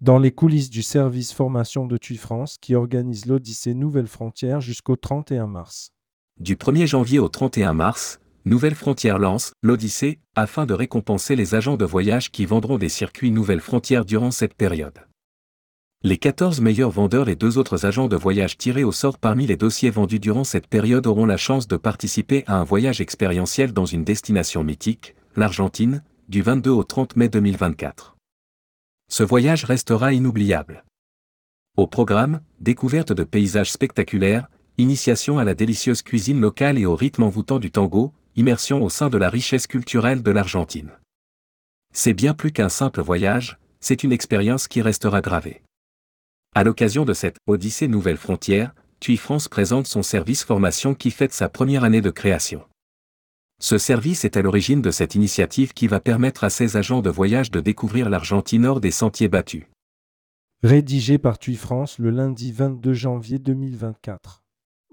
Dans les coulisses du service formation de TUI France qui organise l'Odyssée Nouvelles Frontières jusqu'au 31 mars. Du 1er janvier au 31 mars, Nouvelles Frontières lance l'Odyssée afin de récompenser les agents de voyage qui vendront des circuits Nouvelles Frontières durant cette période. Les 14 meilleurs vendeurs et 2 autres agents de voyage tirés au sort parmi les dossiers vendus durant cette période auront la chance de participer à un voyage expérientiel dans une destination mythique, l'Argentine, du 22 au 30 mai 2024. Ce voyage restera inoubliable. Au programme, découverte de paysages spectaculaires, initiation à la délicieuse cuisine locale et au rythme envoûtant du tango, immersion au sein de la richesse culturelle de l'Argentine. C'est bien plus qu'un simple voyage, c'est une expérience qui restera gravée. À l'occasion de cette Odyssée Nouvelles Frontières, TUI France présente son service formation qui fête sa première année de création. Ce service est à l'origine de cette initiative qui va permettre à ses agents de voyage de découvrir l'Argentine hors des sentiers battus. Rédigé par TUI France le lundi 22 janvier 2024.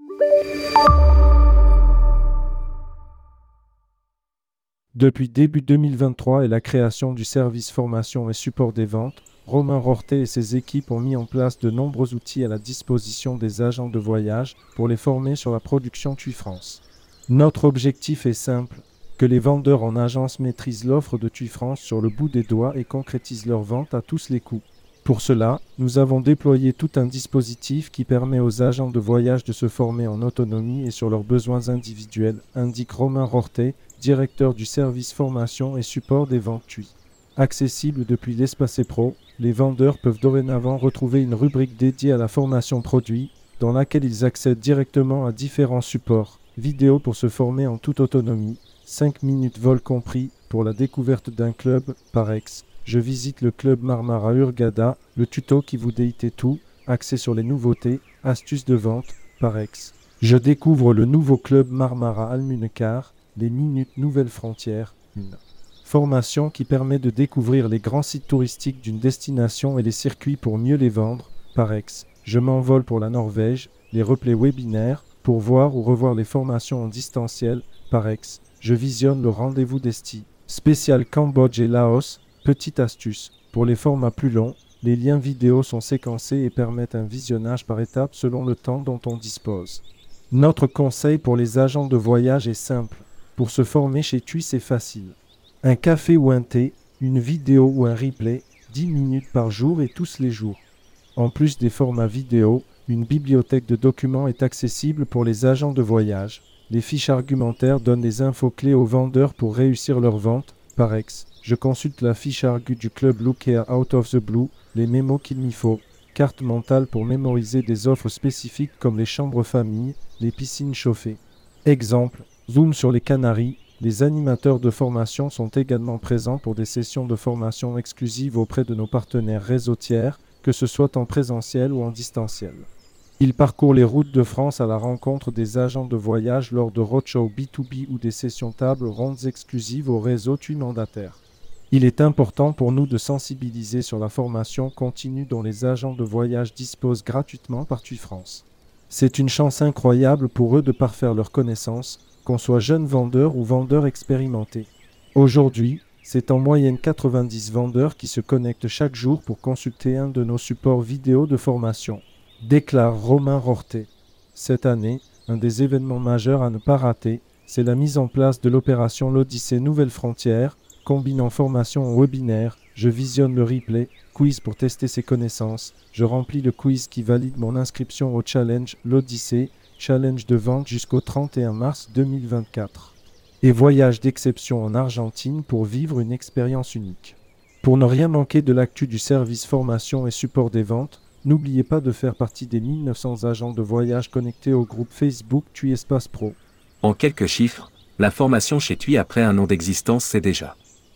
Depuis début 2023 et la création du service formation et support des ventes, Romain Rortet et ses équipes ont mis en place de nombreux outils à la disposition des agents de voyage pour les former sur la production TUI France. Notre objectif est simple, que les vendeurs en agence maîtrisent l'offre de TUI France sur le bout des doigts et concrétisent leurs ventes à tous les coups. Pour cela, nous avons déployé tout un dispositif qui permet aux agents de voyage de se former en autonomie et sur leurs besoins individuels, indique Romain Rortet, directeur du service formation et support des ventes TUI. Accessible depuis l'Espacé Pro, les vendeurs peuvent dorénavant retrouver une rubrique dédiée à la formation produit, dans laquelle ils accèdent directement à différents supports, vidéos pour se former en toute autonomie, 5 minutes vol compris pour la découverte d'un club, par ex. Je visite le club Marmara Hurghada, le tuto qui vous déite tout, axé sur les nouveautés, astuces de vente, par ex. Je découvre le nouveau club Marmara Almunecar, les minutes Nouvelles Frontières, une formation qui permet de découvrir les grands sites touristiques d'une destination et les circuits pour mieux les vendre, par ex. Je m'envole pour la Norvège, les replays webinaires, pour voir ou revoir les formations en distanciel, par ex. Je visionne le rendez-vous d'Esti. Spécial Cambodge et Laos, petite astuce. Pour les formats plus longs, les liens vidéo sont séquencés et permettent un visionnage par étapes selon le temps dont on dispose. Notre conseil pour les agents de voyage est simple. Pour se former chez TUI, c'est facile. Un café ou un thé, une vidéo ou un replay, 10 minutes par jour et tous les jours. En plus des formats vidéo, une bibliothèque de documents est accessible pour les agents de voyage. Les fiches argumentaires donnent les infos clés aux vendeurs pour réussir leur vente, par ex. Je consulte la fiche argu du club Lookea Out of the Blue, les mémos qu'il m'y faut. Carte mentale pour mémoriser des offres spécifiques comme les chambres famille, les piscines chauffées. Exemple, zoom sur les Canaries. Les animateurs de formation sont également présents pour des sessions de formation exclusives auprès de nos partenaires réseau tiers, que ce soit en présentiel ou en distanciel. Ils parcourent les routes de France à la rencontre des agents de voyage lors de roadshows B2B ou des sessions tables rondes exclusives au réseau TUI mandataire. Il est important pour nous de sensibiliser sur la formation continue dont les agents de voyage disposent gratuitement par TUI France. C'est une chance incroyable pour eux de parfaire leurs connaissances, qu'on soit jeune vendeur ou vendeur expérimenté. Aujourd'hui, c'est en moyenne 90 vendeurs qui se connectent chaque jour pour consulter un de nos supports vidéo de formation, déclare Romain Rortet. Cette année, un des événements majeurs à ne pas rater, c'est la mise en place de l'opération l'Odyssée Nouvelles Frontières, combinant formation en webinaire, je visionne le replay, quiz pour tester ses connaissances, je remplis le quiz qui valide mon inscription au challenge l'Odyssée, challenge de vente jusqu'au 31 mars 2024. Et voyage d'exception en Argentine pour vivre une expérience unique. Pour ne rien manquer de l'actu du service formation et support des ventes, n'oubliez pas de faire partie des 1900 agents de voyage connectés au groupe Facebook TUI Espace Pro. En quelques chiffres, la formation chez TUI après un an d'existence, c'est déjà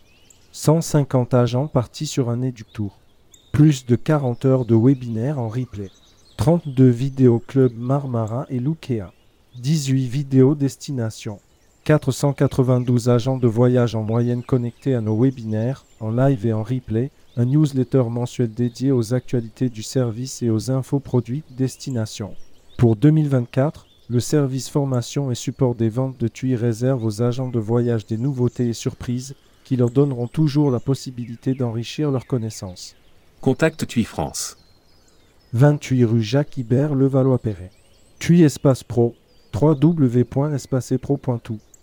150 agents partis sur un éductour. Plus de 40 heures de webinaire en replay. 32 vidéos club Marmara et Lookea. 18 vidéos destination. 492 agents de voyage en moyenne connectés à nos webinaires, en live et en replay, un newsletter mensuel dédié aux actualités du service et aux infos produits destination. Pour 2024, le service formation et support des ventes de TUI réserve aux agents de voyage des nouveautés et surprises qui leur donneront toujours la possibilité d'enrichir leurs connaissances. Contacte TUI France. 28 rue Jacques Ibert, Levallois-Perret. TUI Espace Pro, www.espacepro.tout.